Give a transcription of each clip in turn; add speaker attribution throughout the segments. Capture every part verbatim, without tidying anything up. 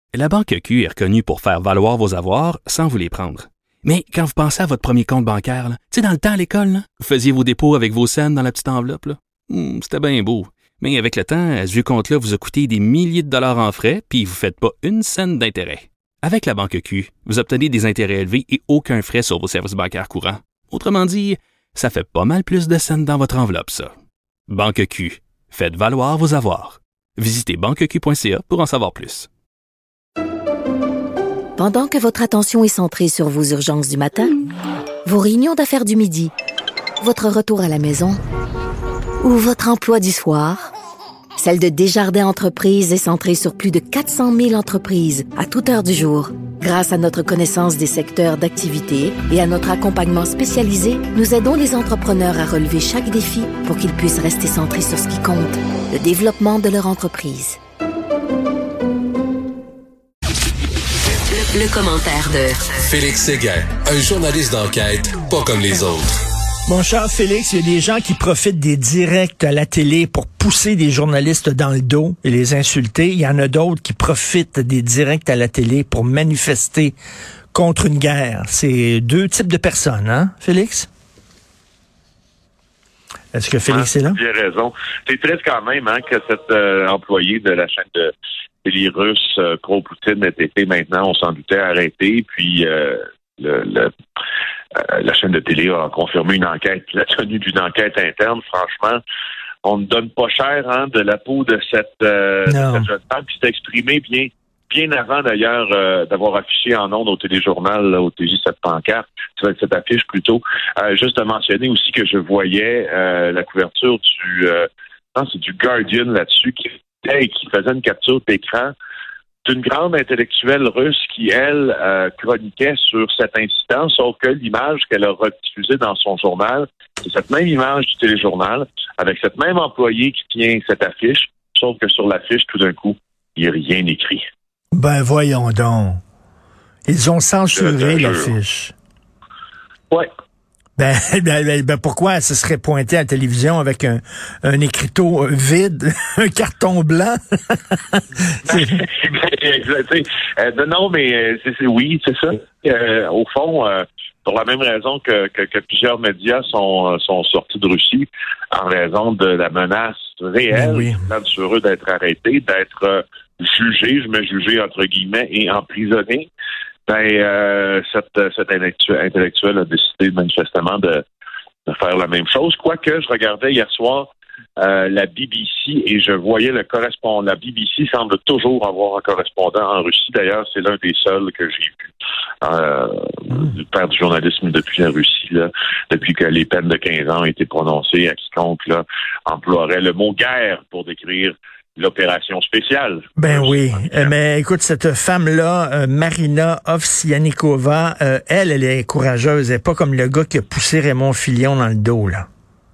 Speaker 1: La Banque Q est reconnue pour faire valoir vos avoirs sans vous les prendre. Mais quand vous pensez à votre premier compte bancaire, tu sais, dans le temps à l'école, là, vous faisiez vos dépôts avec vos scènes dans la petite enveloppe. Là. Hum, c'était bien beau. Mais avec le temps, ce vieux compte-là vous a coûté des milliers de dollars en frais, puis vous ne faites pas une scène d'intérêt. Avec la Banque Q, vous obtenez des intérêts élevés et aucun frais sur vos services bancaires courants. Autrement dit, ça fait pas mal plus de scènes dans votre enveloppe, ça. Banque Q. Faites valoir vos avoirs. Visitez banque q point c a pour en savoir plus.
Speaker 2: Pendant que votre attention est centrée sur vos urgences du matin, vos réunions d'affaires du midi, votre retour à la maison ou votre emploi du soir, celle de Desjardins Entreprises est centrée sur plus de quatre cent mille entreprises à toute heure du jour. Grâce à notre connaissance des secteurs d'activité et à notre accompagnement spécialisé, nous aidons les entrepreneurs à relever chaque défi pour qu'ils puissent rester centrés sur ce qui compte, le développement de leur entreprise.
Speaker 3: Le commentaire de
Speaker 4: Félix Séguin, un journaliste d'enquête pas comme les autres.
Speaker 5: Mon cher Félix, il y a des gens qui profitent des directs à la télé pour pousser des journalistes dans le dos et les insulter. Il y en a d'autres qui profitent des directs à la télé pour manifester contre une guerre. C'est deux types de personnes, hein, Félix? Est-ce que Félix
Speaker 6: ah,
Speaker 5: est là?
Speaker 6: Tu as raison. C'est triste quand même hein, que cet euh, employé de la chaîne de télé russe euh, pro-Poutine ait été maintenant, on s'en doutait, arrêté. Puis euh, le, le, euh, la chaîne de télé a confirmé une enquête, la tenue d'une enquête interne. Franchement, on ne donne pas cher hein, de la peau de cette, euh, de cette jeune femme qui s'est exprimée bien, bien avant d'ailleurs euh, d'avoir affiché en ondes au téléjournal, là, au T J, cette pancarte, cette affiche plutôt. Euh, juste de mentionner aussi que je voyais euh, la couverture du, euh, non, c'est du Guardian là-dessus qui, qui faisait une capture d'écran d'une grande intellectuelle russe qui, elle, euh, chroniquait sur cet incident, sauf que l'image qu'elle a rediffusée dans son journal, c'est cette même image du téléjournal, avec cette même employée qui tient cette affiche, sauf que sur l'affiche, tout d'un coup, il n'y a rien écrit.
Speaker 5: Ben voyons donc. Ils ont censuré l'affiche.
Speaker 6: Oui.
Speaker 5: Ben, ben, ben pourquoi elle se serait pointée à la télévision avec un, un écriteau vide, un carton blanc?
Speaker 6: euh, non, mais c'est, c'est, oui, c'est ça. Euh, au fond, euh, pour la même raison que, que, que plusieurs médias sont, sont sortis de Russie, en raison de la menace réelle,
Speaker 5: oui.
Speaker 6: sur eux d'être arrêtés, d'être euh, jugés, je mets jugés entre guillemets, et emprisonnés. Ben, euh, cette, cette intellectuelle a décidé manifestement de, de faire la même chose. Quoique, je regardais hier soir euh, la B B C et je voyais le correspondant. La B B C semble toujours avoir un correspondant en Russie. D'ailleurs, c'est l'un des seuls que j'ai vu euh, mmh. faire du journalisme depuis la Russie, là, depuis que les peines de quinze ans ont été prononcées à quiconque là, emploierait le mot guerre pour décrire l'opération spéciale.
Speaker 5: Ben oui, euh, mais écoute, cette femme-là, euh, Marina Ovsianikova, euh, elle, elle est courageuse. Elle n'est pas comme le gars qui a poussé Raymond Filion dans le dos, là.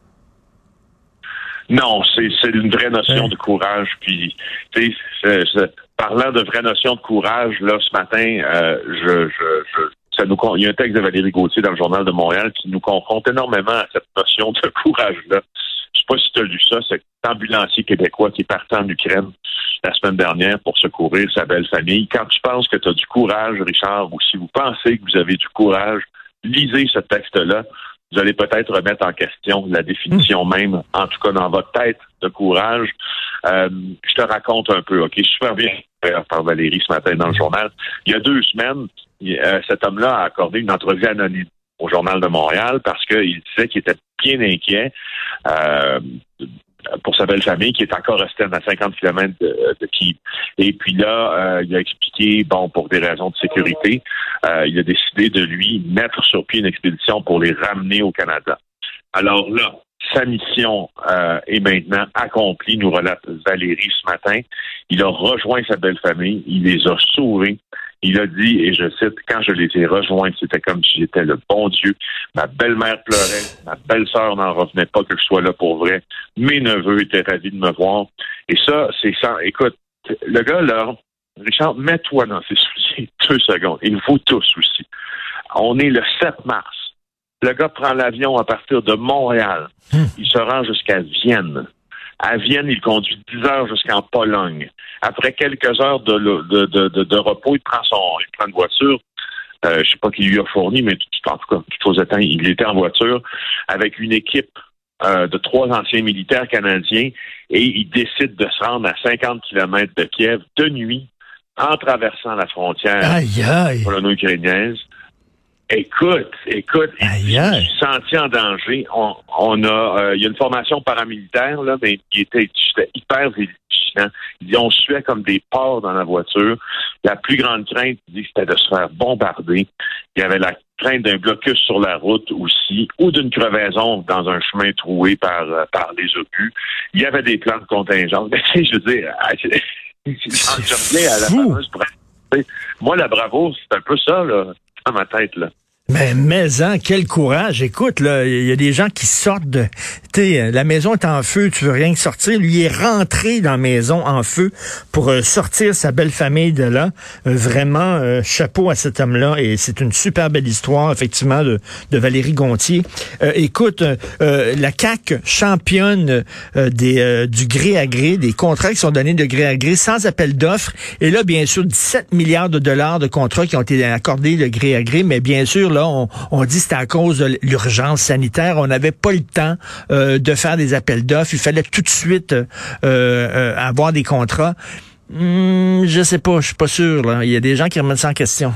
Speaker 6: Non, c'est, c'est une vraie notion
Speaker 5: ouais.
Speaker 6: de courage. Puis, tu sais, c'est, c'est, parlant de vraie notion de courage, là, ce matin, euh, je, je, je ça nous, il y a un texte de Valérie Gauthier dans le Journal de Montréal qui nous confronte énormément à cette notion de courage-là. Je sais pas si tu as lu ça, cet ambulancier québécois qui est parti en Ukraine la semaine dernière pour secourir sa belle famille. Quand tu penses que tu as du courage, Richard, ou si vous pensez que vous avez du courage, lisez ce texte-là. Vous allez peut-être remettre en question la définition même, en tout cas dans votre tête, de courage. Euh, je te raconte un peu, OK? Super bien par Valérie ce matin dans le journal. Il y a deux semaines, euh, cet homme-là a accordé une entrevue anonyme au Journal de Montréal parce qu'il disait qu'il était bien inquiet euh, pour sa belle famille qui est encore restée à cinquante kilomètres de, de Kiev. Et puis là, euh, il a expliqué, bon, pour des raisons de sécurité, euh, il a décidé de lui mettre sur pied une expédition pour les ramener au Canada. Alors là, sa mission euh, est maintenant accomplie, nous relate Valérie ce matin. Il a rejoint sa belle famille, il les a sauvés. Il a dit, et je cite, « Quand je les ai rejoints, c'était comme si j'étais le bon Dieu. Ma belle-mère pleurait, ma belle-sœur n'en revenait pas que je sois là pour vrai. Mes neveux étaient ravis de me voir. » Et ça, c'est ça. Écoute, le gars, là, Richard, mets-toi dans ses souliers deux secondes. Et vous tous aussi. On est le sept mars. Le gars prend l'avion à partir de Montréal. Mmh. Il se rend jusqu'à Vienne. À Vienne, il conduit dix heures jusqu'en Pologne. Après quelques heures de, de, de, de, de repos, il prend son, il prend une voiture. Euh, je sais pas qui lui a fourni, mais en tout cas, tout aux états, il était en voiture avec une équipe euh, de trois anciens militaires canadiens et il décide de se rendre à cinquante kilomètres de Kiev de nuit en traversant la frontière
Speaker 5: aïe, aïe.
Speaker 6: polono-ukrainienne. Écoute, écoute,
Speaker 5: aïe, aïe.
Speaker 6: je suis senti en danger. On, on a, euh, il y a une formation paramilitaire là, mais qui était, était hyper vigilant. Il dit on suait comme des porcs dans la voiture. La plus grande crainte, il dit, c'était de se faire bombarder. Il y avait la crainte d'un blocus sur la route aussi, ou d'une crevaison dans un chemin troué par par les obus. Il y avait des plans de contingence. Mais tu sais, je veux dire, je reviens à la fameuse bravoure. Moi, la bravoure, c'est un peu ça là dans ma tête là.
Speaker 5: Mais, mais, hein, quel courage. Écoute, là, il y a des gens qui sortent de, tu sais, la maison est en feu, tu veux rien que sortir. Lui est rentré dans la maison en feu pour euh, sortir sa belle famille de là. Euh, vraiment, euh, chapeau à cet homme-là. Et c'est une super belle histoire, effectivement, de, de Valérie Gontier. Euh, écoute, euh, la C A Q championne euh, des, euh, du gré à gré, des contrats qui sont donnés de gré à gré sans appel d'offres. Et là, bien sûr, dix-sept milliards de dollars de contrats qui ont été accordés de gré à gré. Mais bien sûr, là, on, on dit que c'était à cause de l'urgence sanitaire. On n'avait pas le temps euh, de faire des appels d'offres. Il fallait tout de suite euh, euh, avoir des contrats. Hum, je sais pas, je suis pas sûr. Là. Il y a des gens qui remettent ça en question.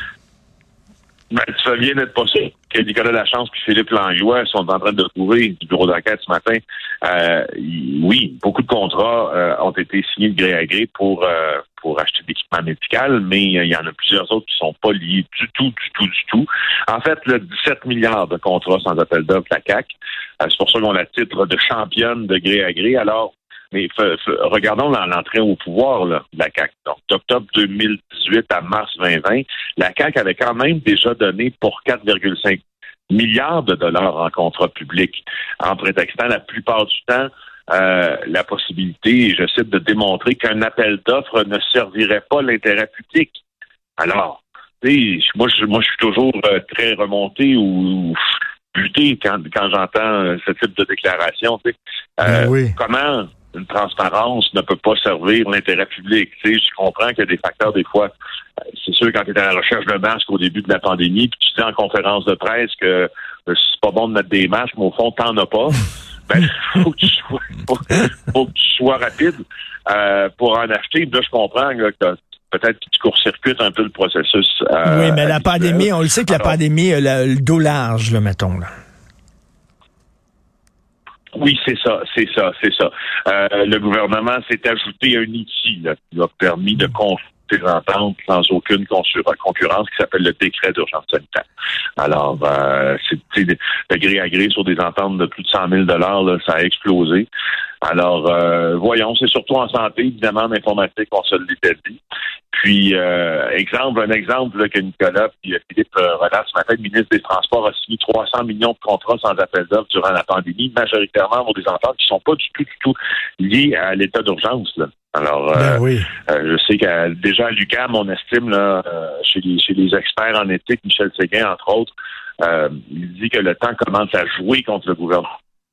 Speaker 6: Ben, tu fais bien d'être pas sûr que Nicolas Lachance et Philippe Langlois sont en train de trouver du bureau d'enquête ce matin. Euh, oui, beaucoup de contrats euh, ont été signés de gré à gré pour euh, pour acheter de l'équipement médical, mais il y en a plusieurs autres qui sont pas liés du tout, du tout, du tout. En fait, le dix-sept milliards de contrats sans appel d'offres, la C A Q, euh, c'est pour ça qu'on a le titre de championne de gré à gré. Alors, mais f- f- regardons l'entrée au pouvoir là, de la C A Q. Donc, d'octobre deux mille dix-huit à mars vingt vingt, la C A Q avait quand même déjà donné pour quatre virgule cinq milliards de dollars en contrats publics, en prétextant la plupart du temps euh, la possibilité, je cite, de démontrer qu'un appel d'offres ne servirait pas l'intérêt public. Alors, tu sais, moi, je, moi, je suis toujours euh, très remonté ou, ou buté quand, quand j'entends euh, ce type de déclaration. Tu sais. Euh,
Speaker 5: ben oui.
Speaker 6: Comment une transparence ne peut pas servir l'intérêt public? Tu sais, je comprends qu'il y a des facteurs, des fois, euh, c'est sûr, quand tu es à la recherche de masques au début de la pandémie, puis tu dis en conférence de presse que euh, c'est pas bon de mettre des masques, mais au fond, t'en as pas. Ben, faut que tu sois, faut, faut que tu sois rapide euh, pour en acheter. Là, je comprends là, que peut-être que tu court-circuites un peu le processus. Euh,
Speaker 5: oui, mais la
Speaker 6: habituel.
Speaker 5: pandémie, on le sait que
Speaker 6: Alors,
Speaker 5: la pandémie a le, le dos large, là, mettons. Là.
Speaker 6: Oui, c'est ça, c'est ça, c'est ça. Euh, le gouvernement s'est ajouté un outil là, qui a permis de confier des ententes sans aucune concurrence qui s'appelle le décret d'urgence sanitaire. Alors, euh, c'est le gré à gré sur des ententes de plus de cent mille dollars, là, ça a explosé. Alors, euh, voyons, c'est surtout en santé, évidemment, en informatique, on se l'était dit. Puis, euh, exemple, un exemple là, que Nicolas et Philippe euh, relate ce matin, le ministre des Transports a signé trois cents millions de contrats sans appel d'offres durant la pandémie, majoritairement pour des ententes qui sont pas du tout, du tout liées à l'état d'urgence, là. Alors,
Speaker 5: Ben
Speaker 6: euh,
Speaker 5: oui.
Speaker 6: euh, je sais que déjà à l'U Q A M, on estime là, euh, chez, les, chez les experts en éthique, Michel Séguin, entre autres, euh, il dit que le temps commence à jouer contre le gouvernement.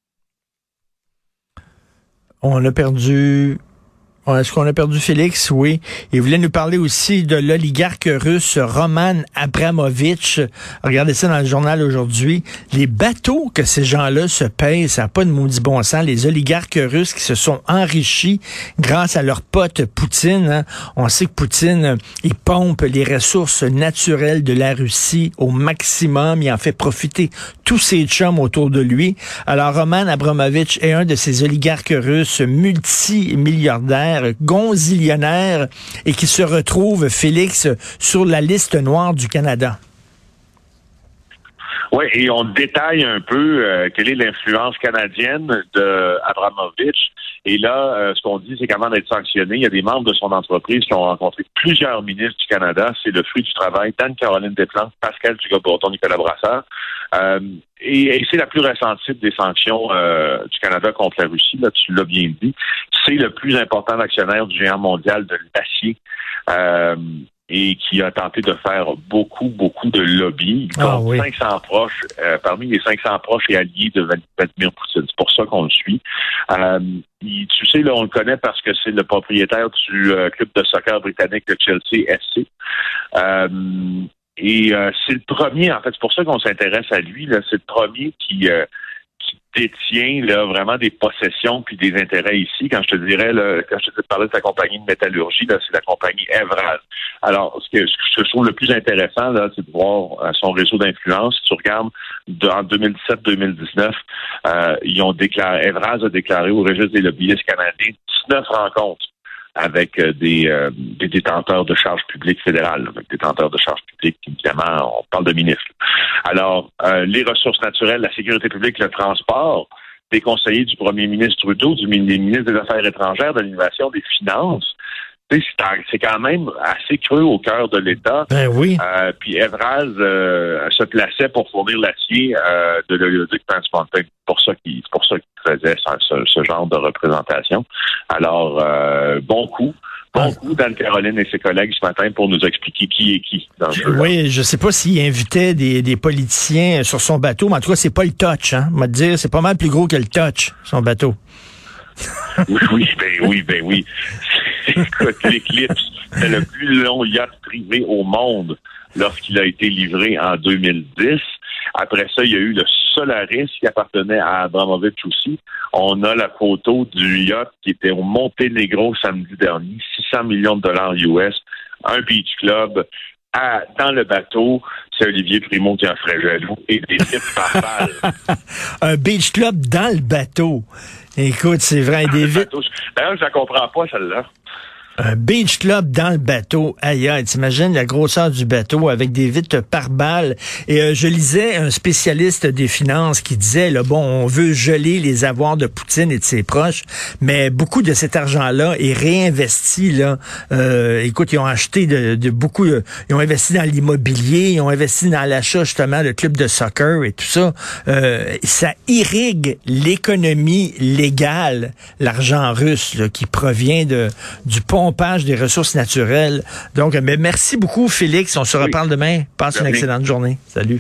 Speaker 5: On a perdu... Est-ce qu'on a perdu Félix? Oui. Il voulait nous parler aussi de l'oligarque russe Roman Abramovitch. Regardez ça dans le journal aujourd'hui. Les bateaux que ces gens-là se payent, ça n'a pas de maudit bon sens. Les oligarques russes qui se sont enrichis grâce à leur pote Poutine. Hein. On sait que Poutine, il pompe les ressources naturelles de la Russie au maximum. Il en fait profiter tous ses chums autour de lui. Alors, Roman Abramovitch est un de ces oligarques russes multimilliardaires, gonzillionnaire, et qui se retrouve, Félix, sur la liste noire du Canada.
Speaker 6: Oui, et on détaille un peu euh, quelle est l'influence canadienne de Abramovitch. Et là, euh, ce qu'on dit, c'est qu'avant d'être sanctionné, il y a des membres de son entreprise qui ont rencontré plusieurs ministres du Canada. C'est le fruit du travail d'Anne-Caroline Desplantes, Pascal Dugas-Breton, Nicolas Brassard. Euh, et, et c'est la plus récente des sanctions euh, du Canada contre la Russie. Là, tu l'as bien dit. C'est le plus important actionnaire du géant mondial de l'acier. Euh, et qui a tenté de faire beaucoup, beaucoup de lobby. Il
Speaker 5: ah,
Speaker 6: compte
Speaker 5: oui.
Speaker 6: cinq cents proches, euh, parmi les cinq cents proches et alliés de Vladimir Poutine. C'est pour ça qu'on le suit. Euh, il, tu sais, là, on le connaît parce que c'est le propriétaire du euh, club de soccer britannique, le Chelsea F C. Euh, et euh, c'est le premier, en fait, c'est pour ça qu'on s'intéresse à lui, là, c'est le premier qui... Euh, qui détient là vraiment des possessions puis des intérêts ici. Quand je te dirais, là, quand je te parlais de sa compagnie de métallurgie, là, c'est la compagnie Evraz. Alors, ce que, ce que je trouve le plus intéressant, là, c'est de voir euh, son réseau d'influence. Si tu regardes de, en deux mille dix-sept deux mille dix-neuf, euh, ils ont déclaré, Evraz a déclaré au registre des lobbyistes canadiens dix-neuf rencontres avec euh, des, euh, des détenteurs de charges publiques fédérales, avec des détenteurs de charges publiques, évidemment, on parle de ministres. Alors, euh, les ressources naturelles, la sécurité publique, le transport, des conseillers du premier ministre Trudeau, du ministre des Affaires étrangères, de l'innovation, des finances, c'est, c'est quand même assez creux au cœur de l'État.
Speaker 5: Ben oui.
Speaker 6: Euh, puis Evraz euh, se plaçait pour fournir l'acier euh, de l'oléoduc Trans Mountain. C'est pour ça qu'il, c'est pour ça qu'il faisait ce, ce genre de représentation. Alors, euh, bon coup. Bon coup d'Anne-Caroline et ses collègues ce matin pour nous expliquer qui est qui dans le jeu.
Speaker 5: Oui, je sais pas s'il invitait des, des politiciens sur son bateau, mais en tout cas, c'est pas le touch, hein. On va te dire, c'est pas mal plus gros que le touch, son bateau.
Speaker 6: Oui, oui, ben oui, ben oui. Écoute, l'Eclipse, c'est le plus long yacht privé au monde lorsqu'il a été livré en deux mille dix. Après ça, il y a eu le Solaris qui appartenait à Abramovich aussi. On a la photo du yacht qui était au Monténégro samedi dernier, six cents millions de dollars U S, un beach club. À, dans le bateau, c'est Olivier Primo qui en ferait jaloux et des vitres par balle.
Speaker 5: Un beach club dans le bateau. Écoute, c'est vrai, des vitres.
Speaker 6: D'ailleurs, je la comprends pas, celle-là.
Speaker 5: Un beach club dans le bateau. Aïe, aïe, t'imagines la grosseur du bateau avec des vitres par balle. Et euh, je lisais un spécialiste des finances qui disait, là, bon, on veut geler les avoirs de Poutine et de ses proches, mais beaucoup de cet argent-là est réinvesti, là. Euh, écoute, ils ont acheté de, de beaucoup, euh, ils ont investi dans l'immobilier, ils ont investi dans l'achat, justement, de clubs de soccer et tout ça. Euh, ça irrigue l'économie légale, l'argent russe, là, qui provient de du pont pompage des ressources naturelles. Donc, mais merci beaucoup, Félix. On se reparle demain. Passe une excellente journée. Salut.